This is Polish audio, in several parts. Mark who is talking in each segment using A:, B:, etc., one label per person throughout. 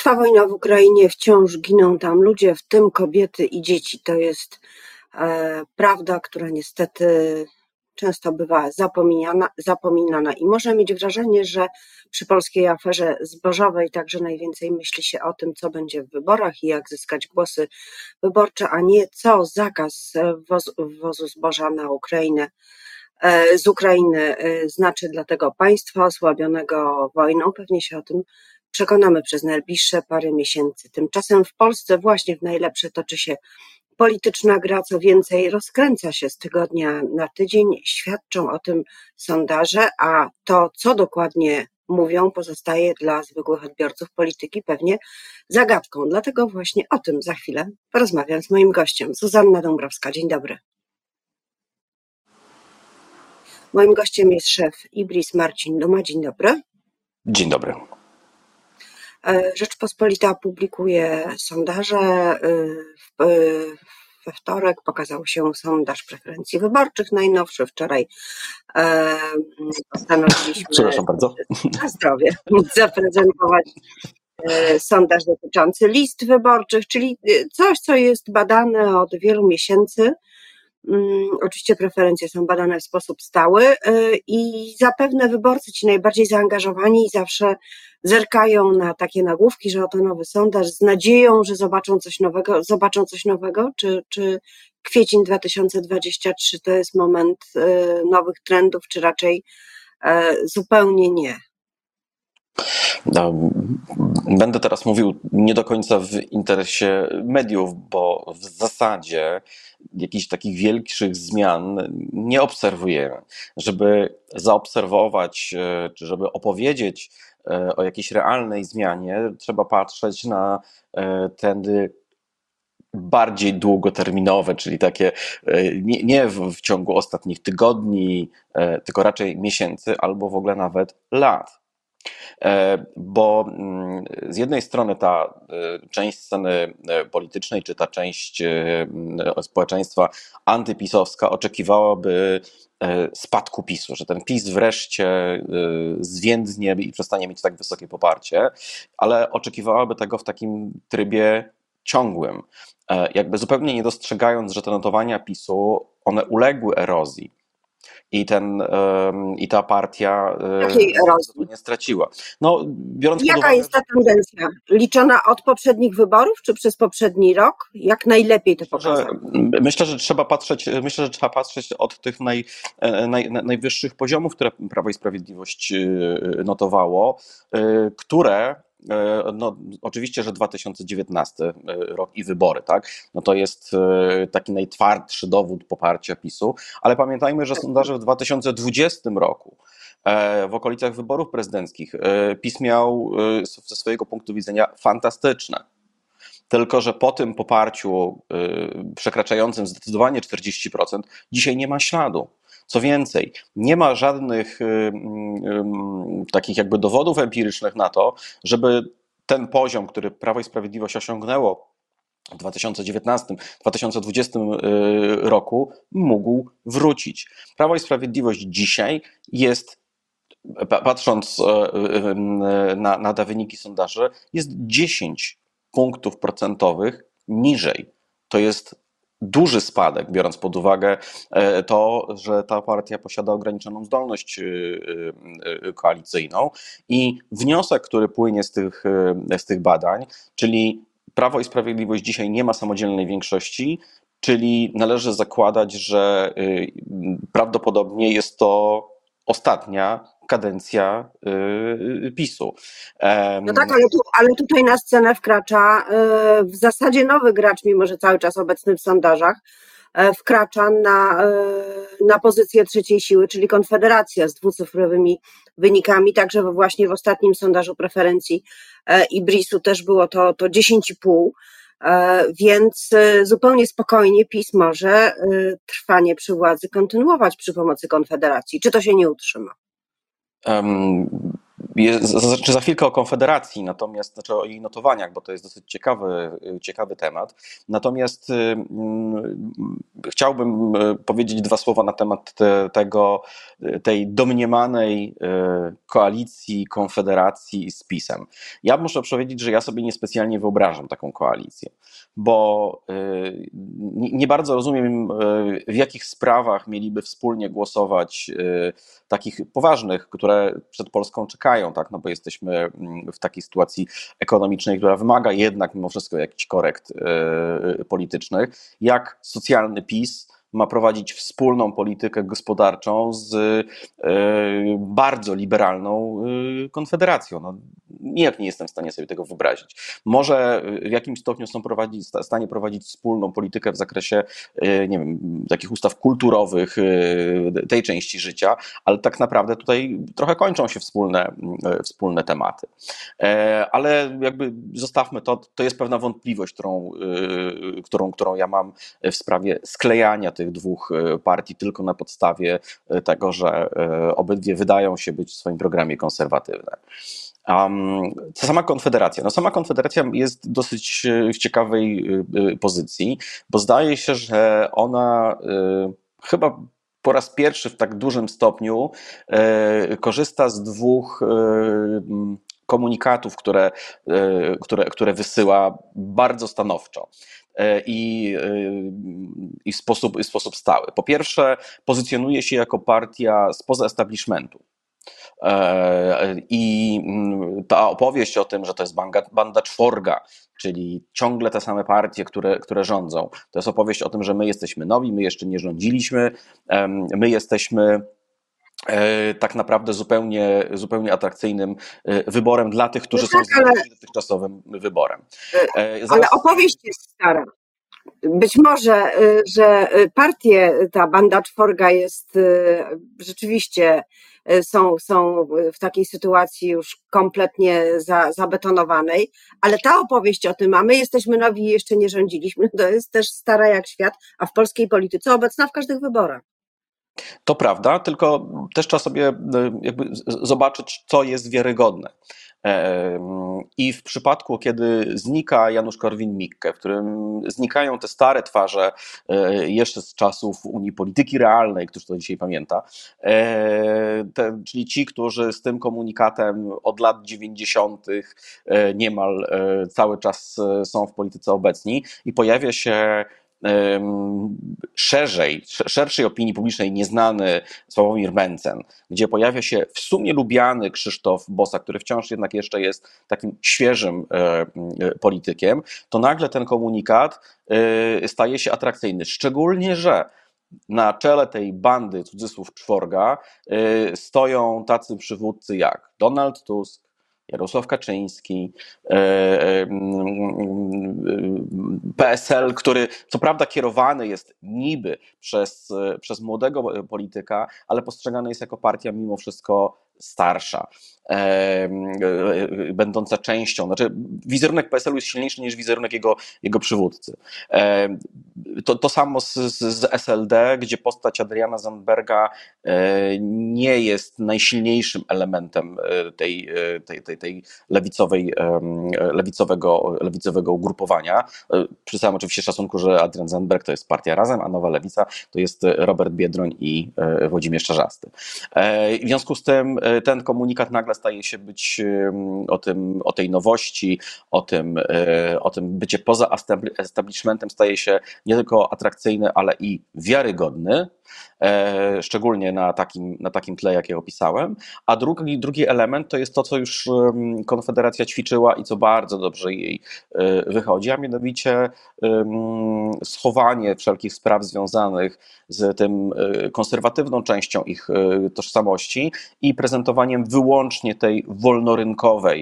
A: Trwa wojna w Ukrainie, wciąż giną tam ludzie, w tym kobiety i dzieci. To jest prawda, która niestety często bywa zapominana i można mieć wrażenie, że przy polskiej aferze zbożowej także najwięcej myśli się o tym, co będzie w wyborach i jak zyskać głosy wyborcze, a nie co zakaz wwozu zboża na Ukrainę, z Ukrainy znaczy dla tego państwa osłabionego wojną. Pewnie się o tym przekonamy przez najbliższe parę miesięcy. Tymczasem w Polsce właśnie w najlepsze toczy się polityczna gra, co więcej, rozkręca się z tygodnia na tydzień. Świadczą o tym sondaże, a to, co dokładnie mówią, pozostaje dla zwykłych odbiorców polityki pewnie zagadką. Dlatego właśnie o tym za chwilę porozmawiam z moim gościem. Zuzanna Dąbrowska. Dzień dobry. Moim gościem jest szef Ibris Marcin Duma. Dzień dobry.
B: Dzień dobry.
A: Rzeczpospolita publikuje sondaże. We wtorek pokazał się sondaż preferencji wyborczych najnowszy. Wczoraj postanowiliśmy
B: Przepraszam bardzo.
A: Na zdrowie zaprezentować sondaż dotyczący list wyborczych, czyli coś, co jest badane od wielu miesięcy. Oczywiście preferencje są badane w sposób stały i zapewne wyborcy, ci najbardziej zaangażowani, zawsze zerkają na takie nagłówki, że oto nowy sondaż z nadzieją, że zobaczą coś nowego, czy kwiecień 2023 to jest moment nowych trendów, czy raczej zupełnie nie?
B: No, będę teraz mówił nie do końca w interesie mediów, bo w zasadzie jakichś takich większych zmian nie obserwujemy. Żeby zaobserwować, czy żeby opowiedzieć o jakiejś realnej zmianie, trzeba patrzeć na trendy bardziej długoterminowe, czyli takie nie w ciągu ostatnich tygodni, tylko raczej miesięcy albo w ogóle nawet lat. Bo z jednej strony ta część sceny politycznej, czy ta część społeczeństwa antypisowska oczekiwałaby spadku PiS-u, że ten PiS wreszcie zwiędnie i przestanie mieć tak wysokie poparcie, ale oczekiwałaby tego w takim trybie ciągłym, jakby zupełnie nie dostrzegając, że te notowania PiS-u, one uległy erozji. I ta partia nie straciła. No, biorąc pod uwagę,
A: jest ta tendencja? Liczona od poprzednich wyborów, czy przez poprzedni rok? Jak najlepiej to pokazać?
B: Myślę, że trzeba patrzeć od tych najwyższych poziomów, które Prawo i Sprawiedliwość notowało, które no, oczywiście, że 2019 rok i wybory, tak? No to jest taki najtwardszy dowód poparcia PiS-u, ale pamiętajmy, że sondaże w 2020 roku, w okolicach wyborów prezydenckich, PiS miał ze swojego punktu widzenia fantastyczne. Tylko że po tym poparciu przekraczającym zdecydowanie 40%, dzisiaj nie ma śladu. Co więcej, nie ma żadnych takich jakby dowodów empirycznych na to, żeby ten poziom, który Prawo i Sprawiedliwość osiągnęło w 2019-2020 roku, mógł wrócić. Prawo i Sprawiedliwość dzisiaj jest, patrząc na te wyniki sondaży, jest 10 punktów procentowych niżej. To jest duży spadek, biorąc pod uwagę to, że ta partia posiada ograniczoną zdolność koalicyjną i wniosek, który płynie z tych badań, czyli Prawo i Sprawiedliwość dzisiaj nie ma samodzielnej większości, czyli należy zakładać, że prawdopodobnie jest to ostatnia kadencja PiS-u.
A: No tak, ale tutaj na scenę wkracza w zasadzie nowy gracz, mimo że cały czas obecny w sondażach, wkracza na pozycję trzeciej siły, czyli Konfederacja z dwucyfrowymi wynikami, także właśnie w ostatnim sondażu preferencji Ibrisu też było to 10,5, więc zupełnie spokojnie PiS może trwanie przy władzy kontynuować przy pomocy Konfederacji. Czy to się nie utrzyma?
B: Znaczy za chwilkę o Konfederacji, natomiast znaczy o jej notowaniach, bo to jest dosyć ciekawy temat. Natomiast chciałbym powiedzieć dwa słowa na temat tej domniemanej koalicji Konfederacji z PiS-em. Ja muszę powiedzieć, że ja sobie niespecjalnie wyobrażam taką koalicję, bo nie bardzo rozumiem, w jakich sprawach mieliby wspólnie głosować, takich poważnych, które przed Polską czekają, tak? No bo jesteśmy w takiej sytuacji ekonomicznej, która wymaga jednak mimo wszystko jakichś korekt politycznych, jak socjalny PiS ma prowadzić wspólną politykę gospodarczą z bardzo liberalną Konfederacją. No, nijak nie jestem w stanie sobie tego wyobrazić. Może w jakimś stopniu są w stanie prowadzić wspólną politykę w zakresie, nie wiem, takich ustaw kulturowych, tej części życia, ale tak naprawdę tutaj trochę kończą się wspólne tematy. Ale jakby zostawmy to, to jest pewna wątpliwość, którą ja mam w sprawie sklejania tych dwóch partii tylko na podstawie tego, że obydwie wydają się być w swoim programie konserwatywne. Sama Konfederacja. No sama Konfederacja jest dosyć w ciekawej pozycji, bo zdaje się, że ona chyba po raz pierwszy w tak dużym stopniu korzysta z dwóch komunikatów, które wysyła bardzo stanowczo i w sposób stały. Po pierwsze, pozycjonuje się jako partia spoza establishmentu. I ta opowieść o tym, że to jest banda czworga, czyli ciągle te same partie, które rządzą, to jest opowieść o tym, że my jesteśmy nowi, my jeszcze nie rządziliśmy, my jesteśmy tak naprawdę zupełnie atrakcyjnym wyborem dla tych, którzy są zmęczeni dotychczasowym wyborem.
A: Ale opowieść jest stara. Być może, że ta banda czworga jest rzeczywiście są w takiej sytuacji już kompletnie zabetonowanej, ale ta opowieść o tym, a my jesteśmy nowi i jeszcze nie rządziliśmy, to jest też stara jak świat, a w polskiej polityce obecna w każdych wyborach.
B: To prawda, tylko też trzeba sobie jakby zobaczyć, co jest wiarygodne. I w przypadku, kiedy znika Janusz Korwin-Mikke, w którym znikają te stare twarze jeszcze z czasów Unii Polityki Realnej, któż to dzisiaj pamięta, czyli ci, którzy z tym komunikatem od lat 90. Niemal cały czas są w polityce obecni i pojawia się szerszej opinii publicznej nieznany Sławomir Mencen, gdzie pojawia się w sumie lubiany Krzysztof Bosak, który wciąż jednak jeszcze jest takim świeżym politykiem, to nagle ten komunikat staje się atrakcyjny. Szczególnie, że na czele tej bandy, cudzysłów czworga, stoją tacy przywódcy jak Donald Tusk, Jarosław Kaczyński, PSL, który co prawda kierowany jest niby przez młodego polityka, ale postrzegany jest jako partia mimo wszystko starsza, będąca częścią, znaczy wizerunek PSL-u jest silniejszy niż wizerunek jego przywódcy. To samo z SLD, gdzie postać Adriana Zandberga nie jest najsilniejszym elementem tej lewicowego ugrupowania. Przy samym oczywiście szacunku, że Adrian Zandberg to jest partia Razem, a Nowa Lewica to jest Robert Biedroń i Włodzimierz Czarzasty. W związku z tym ten komunikat nagle staje się być o tej nowości, o tym bycie poza establishmentem staje się nie tylko atrakcyjny, ale i wiarygodny, szczególnie na takim tle, jak ja opisałem. A drugi element to jest to, co już Konfederacja ćwiczyła i co bardzo dobrze jej wychodzi, a mianowicie schowanie wszelkich spraw związanych z tym konserwatywną częścią ich tożsamości i prezentowaniem wyłącznie tej wolnorynkowej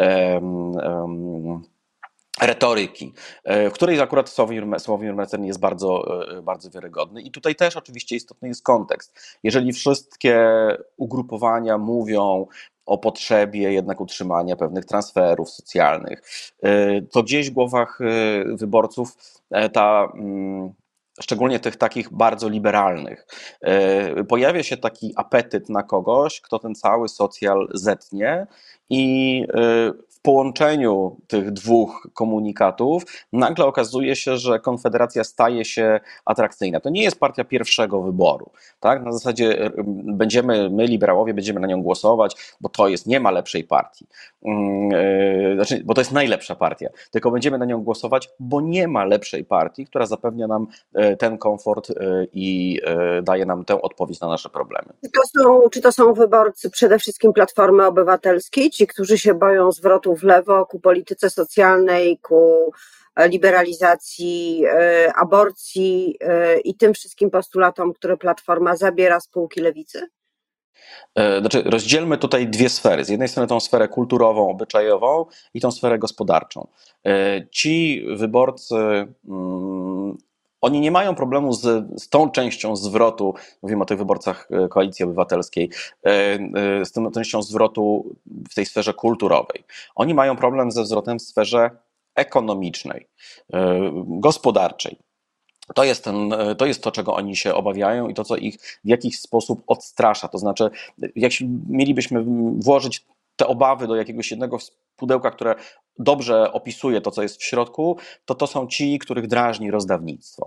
B: retoryki, w której akurat Sławomir Mencen jest bardzo wiarygodny. I tutaj też oczywiście istotny jest kontekst. Jeżeli wszystkie ugrupowania mówią o potrzebie jednak utrzymania pewnych transferów socjalnych, to gdzieś w głowach wyborców ta szczególnie tych takich bardzo liberalnych, pojawia się taki apetyt na kogoś, kto ten cały socjal zetnie i w połączeniu tych dwóch komunikatów nagle okazuje się, że Konfederacja staje się atrakcyjna. To nie jest partia pierwszego wyboru. Tak? Na zasadzie my liberałowie będziemy na nią głosować, bo to jest, nie ma lepszej partii. Znaczy, bo to jest najlepsza partia. Tylko będziemy na nią głosować, bo nie ma lepszej partii, która zapewnia nam ten komfort i daje nam tę odpowiedź na nasze problemy.
A: Czy to są wyborcy przede wszystkim Platformy Obywatelskiej, ci, którzy się boją zwrotu w lewo ku polityce socjalnej, ku liberalizacji aborcji i tym wszystkim postulatom, które Platforma zabiera z półki lewicy?
B: Znaczy, rozdzielmy tutaj dwie sfery. Z jednej strony tą sferę kulturową, obyczajową i tą sferę gospodarczą. Ci wyborcy, oni nie mają problemu z tą częścią zwrotu, mówimy o tych wyborcach Koalicji Obywatelskiej, z tą częścią zwrotu w tej sferze kulturowej. Oni mają problem ze zwrotem w sferze ekonomicznej, gospodarczej. To jest to, czego oni się obawiają i to, co ich w jakiś sposób odstrasza. To znaczy, jak mielibyśmy włożyć te obawy do jakiegoś jednego pudełka, które dobrze opisuje to, co jest w środku, to są ci, których drażni rozdawnictwo.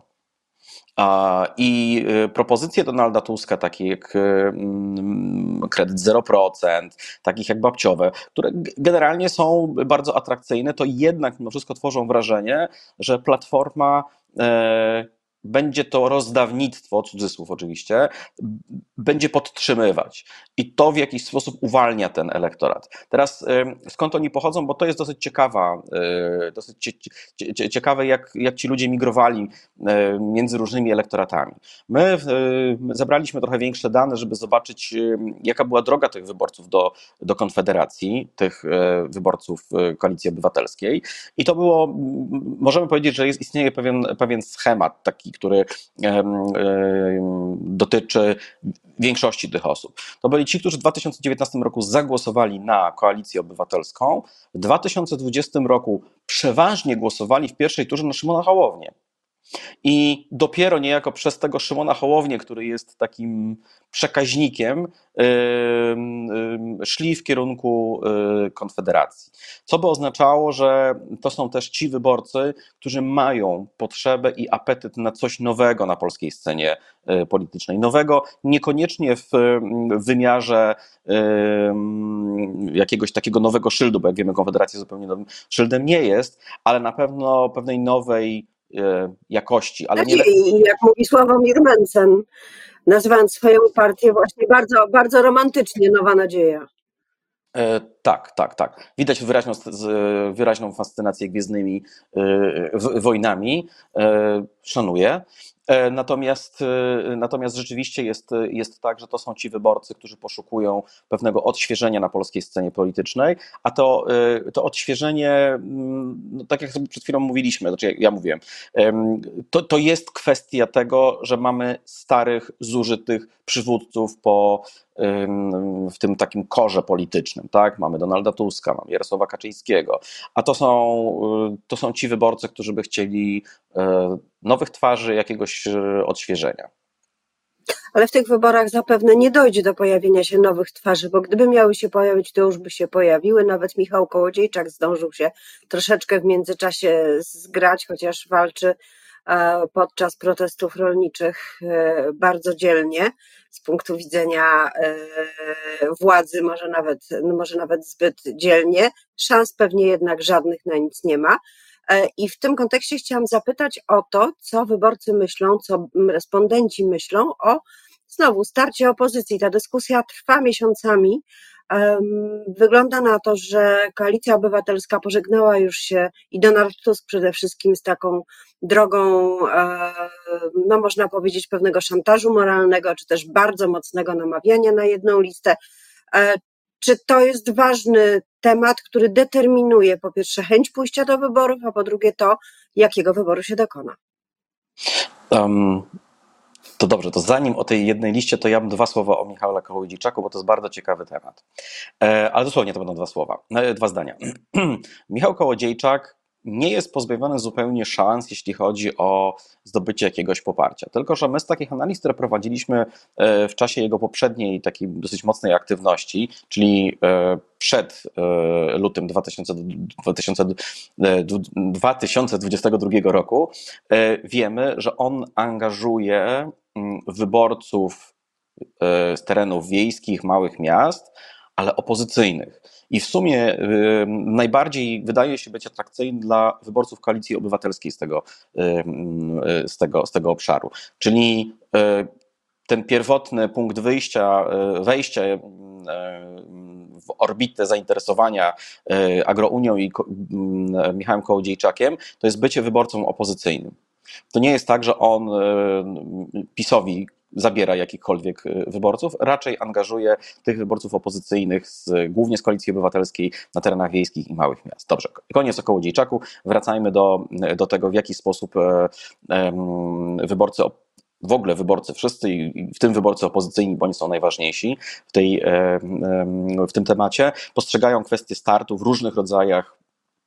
B: I propozycje Donalda Tuska, takie jak kredyt 0%, takich jak babciowe, które generalnie są bardzo atrakcyjne, to jednak mimo wszystko tworzą wrażenie, że Platforma będzie to rozdawnictwo, cudzysłów oczywiście, będzie podtrzymywać. I to w jakiś sposób uwalnia ten elektorat. Teraz skąd oni pochodzą, bo to jest dosyć ciekawe, jak ci ludzie migrowali między różnymi elektoratami. My zebraliśmy trochę większe dane, żeby zobaczyć, jaka była droga tych wyborców do Konfederacji, tych wyborców Koalicji Obywatelskiej. I to było, możemy powiedzieć, że istnieje pewien schemat taki, który dotyczy większości tych osób. To byli ci, którzy w 2019 roku zagłosowali na Koalicję Obywatelską, w 2020 roku przeważnie głosowali w pierwszej turze na Szymona Hołownię. I dopiero niejako przez tego Szymona Hołownię, który jest takim przekaźnikiem, szli w kierunku Konfederacji. Co by oznaczało, że to są też ci wyborcy, którzy mają potrzebę i apetyt na coś nowego na polskiej scenie politycznej. Nowego niekoniecznie w wymiarze jakiegoś takiego nowego szyldu, bo jak wiemy, Konfederacja zupełnie nowym szyldem nie jest, ale na pewno pewnej nowej jakości. Ale nie...
A: Jak mówi Sławomir Mencen, nazywając swoją partię właśnie bardzo, bardzo romantycznie Nowa Nadzieja.
B: Tak. Widać wyraźną fascynację Gwiezdnymi wojnami. Szanuję. Natomiast rzeczywiście jest tak, że to są ci wyborcy, którzy poszukują pewnego odświeżenia na polskiej scenie politycznej, a to odświeżenie, no tak jak sobie przed chwilą mówiliśmy, znaczy ja mówiłem, to jest kwestia tego, że mamy starych, zużytych przywódców w tym takim korze politycznym, tak? Mamy Donalda Tuska, mamy Jarosława Kaczyńskiego, a to są ci wyborcy, którzy by chcieli nowych twarzy, jakiegoś odświeżenia.
A: Ale w tych wyborach zapewne nie dojdzie do pojawienia się nowych twarzy, bo gdyby miały się pojawić, to już by się pojawiły. Nawet Michał Kołodziejczak zdążył się troszeczkę w międzyczasie zgrać, chociaż walczy podczas protestów rolniczych bardzo dzielnie z punktu widzenia władzy, może nawet zbyt dzielnie. Szans pewnie jednak żadnych na nic nie ma. I w tym kontekście chciałam zapytać o to, co wyborcy myślą, co respondenci myślą o znowu starcie opozycji. Ta dyskusja trwa miesiącami. Wygląda na to, że Koalicja Obywatelska pożegnała już się i Donald Tusk przede wszystkim z taką drogą, no można powiedzieć, pewnego szantażu moralnego, czy też bardzo mocnego namawiania na jedną listę. Czy to jest ważny temat, który determinuje po pierwsze chęć pójścia do wyborów, a po drugie to, jakiego wyboru się dokona?
B: To dobrze, to zanim o tej jednej liście, to ja bym dwa słowa o Michale Kołodziejczaku, bo to jest bardzo ciekawy temat. Ale dosłownie to będą dwa zdania. Michał Kołodziejczak nie jest pozbawiony zupełnie szans, jeśli chodzi o zdobycie jakiegoś poparcia. Tylko że my z takich analiz, które prowadziliśmy w czasie jego poprzedniej takiej dosyć mocnej aktywności, czyli przed lutym 2022 roku, wiemy, że on angażuje wyborców z terenów wiejskich, małych miast, ale opozycyjnych. I w sumie najbardziej wydaje się być atrakcyjny dla wyborców Koalicji Obywatelskiej z tego obszaru. Czyli ten pierwotny punkt wyjścia, wejście w orbitę zainteresowania Agrounią i Michałem Kołodziejczakiem, to jest bycie wyborcą opozycyjnym. To nie jest tak, że on PiS-owi zabiera jakichkolwiek wyborców, raczej angażuje tych wyborców opozycyjnych głównie z Koalicji Obywatelskiej na terenach wiejskich i małych miast. Dobrze, koniec o Kołodziejczaku. Wracajmy do tego, w jaki sposób wyborcy, w ogóle wyborcy wszyscy, w tym wyborcy opozycyjni, bo oni są najważniejsi w tym temacie, postrzegają kwestię startu w różnych rodzajach,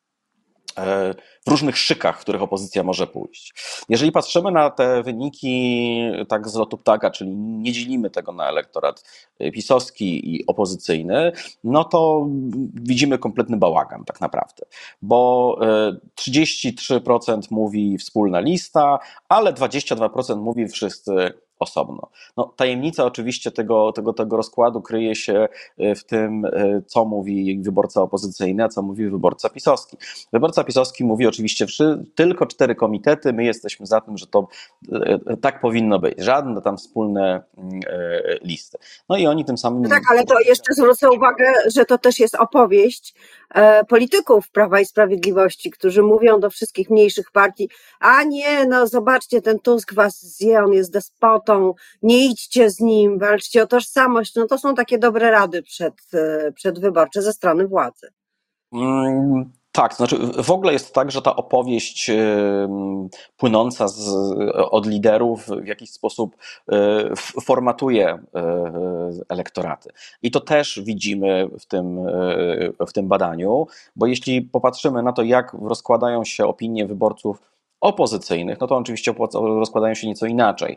B: w różnych szykach, w których opozycja może pójść. Jeżeli patrzymy na te wyniki tak z lotu ptaka, czyli nie dzielimy tego na elektorat pisowski i opozycyjny, no to widzimy kompletny bałagan tak naprawdę, bo 33% mówi wspólna lista, ale 22% mówi wszyscy osobno. No, tajemnica oczywiście tego rozkładu kryje się w tym, co mówi wyborca opozycyjny, a co mówi wyborca pisowski. Wyborca pisowski mówi oczywiście tylko 4 komitety, my jesteśmy za tym, że to tak powinno być, żadne tam wspólne listy. No i oni tym samym...
A: No tak, ale to jeszcze zwrócę uwagę, że to też jest opowieść polityków Prawa i Sprawiedliwości, którzy mówią do wszystkich mniejszych partii, a nie, no zobaczcie, ten Tusk was zje, on jest despotą, nie idźcie z nim, walczcie o tożsamość. No to są takie dobre rady przedwyborcze ze strony władzy.
B: Tak, to znaczy w ogóle jest tak, że ta opowieść płynąca od liderów w jakiś sposób formatuje elektoraty. I to też widzimy w tym badaniu, bo jeśli popatrzymy na to, jak rozkładają się opinie wyborców opozycyjnych, no to oczywiście rozkładają się nieco inaczej.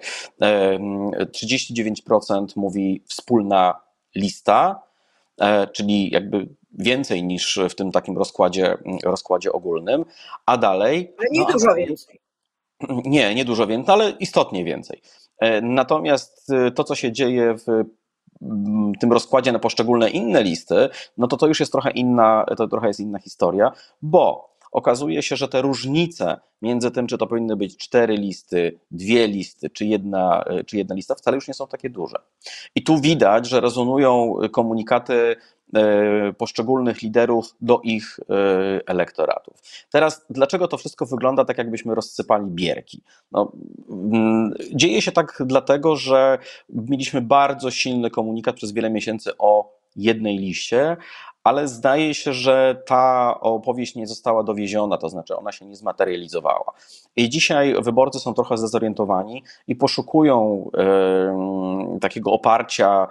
B: 39% mówi wspólna lista, czyli jakby więcej niż w tym takim rozkładzie ogólnym, a dalej...
A: Ale nie dużo więcej.
B: Nie dużo więcej, ale istotnie więcej. Natomiast to, co się dzieje w tym rozkładzie na poszczególne inne listy, no to już jest trochę jest inna historia, bo okazuje się, że te różnice między tym, czy to powinny być 4 listy, 2 listy, czy jedna lista, wcale już nie są takie duże. I tu widać, że rezonują komunikaty poszczególnych liderów do ich elektoratów. Teraz, dlaczego to wszystko wygląda tak, jakbyśmy rozsypali bierki? No, dzieje się tak dlatego, że mieliśmy bardzo silny komunikat przez wiele miesięcy o jednej liście, ale zdaje się, że ta opowieść nie została dowieziona, to znaczy ona się nie zmaterializowała. I dzisiaj wyborcy są trochę zdezorientowani i poszukują takiego oparcia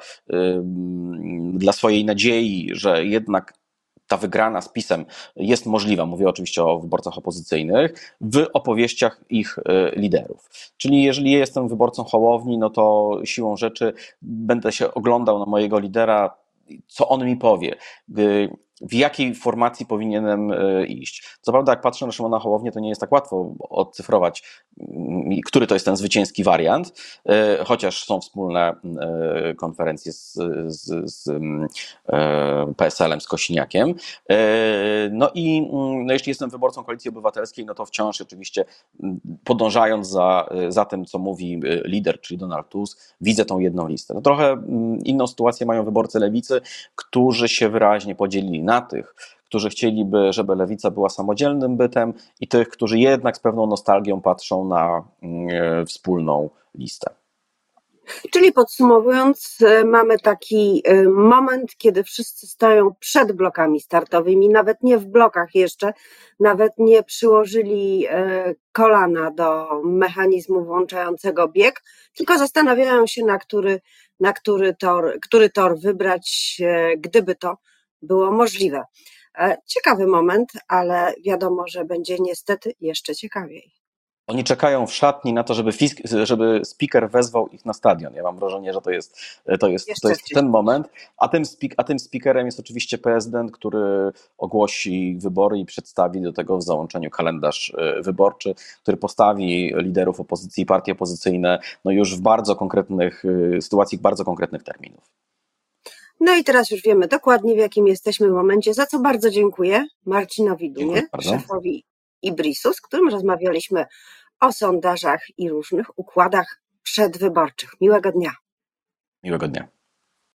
B: dla swojej nadziei, że jednak ta wygrana z PiS-em jest możliwa, mówię oczywiście o wyborcach opozycyjnych, w opowieściach ich liderów. Czyli jeżeli jestem wyborcą Hołowni, no to siłą rzeczy będę się oglądał na mojego lidera, co on mi powie, w jakiej formacji powinienem iść. Co prawda, jak patrzę na Szymona Hołownię, to nie jest tak łatwo odcyfrować, który to jest ten zwycięski wariant, chociaż są wspólne konferencje z PSL-em, z Kosiniakiem. No i jeśli jestem wyborcą Koalicji Obywatelskiej, no to wciąż oczywiście podążając za tym, co mówi lider, czyli Donald Tusk, widzę tą jedną listę. No trochę inną sytuację mają wyborcy Lewicy, którzy się wyraźnie podzielili na tych, którzy chcieliby, żeby Lewica była samodzielnym bytem, i tych, którzy jednak z pewną nostalgią patrzą na wspólną listę.
A: Czyli podsumowując, mamy taki moment, kiedy wszyscy stoją przed blokami startowymi, nawet nie w blokach jeszcze, nawet nie przyłożyli kolana do mechanizmu włączającego bieg, tylko zastanawiają się, który tor wybrać, gdyby to było możliwe. Ciekawy moment, ale wiadomo, że będzie niestety jeszcze ciekawiej.
B: Oni czekają w szatni na to, żeby speaker wezwał ich na stadion. Ja mam wrażenie, że to
A: Jeszcze
B: jest ten
A: wcześniej.
B: moment, a tym speakerem jest oczywiście prezydent, który ogłosi wybory i przedstawi do tego w załączeniu kalendarz wyborczy, który postawi liderów opozycji, partie opozycyjne, no już w bardzo konkretnych sytuacji, bardzo konkretnych terminów.
A: No i teraz już wiemy dokładnie, w jakim jesteśmy momencie, za co bardzo dziękuję Marcinowi
B: Dziękuję
A: Dunie,
B: bardzo.
A: szefowi Ibrisu, z którym rozmawialiśmy o sondażach i różnych układach przedwyborczych. Miłego dnia.
B: Miłego dnia.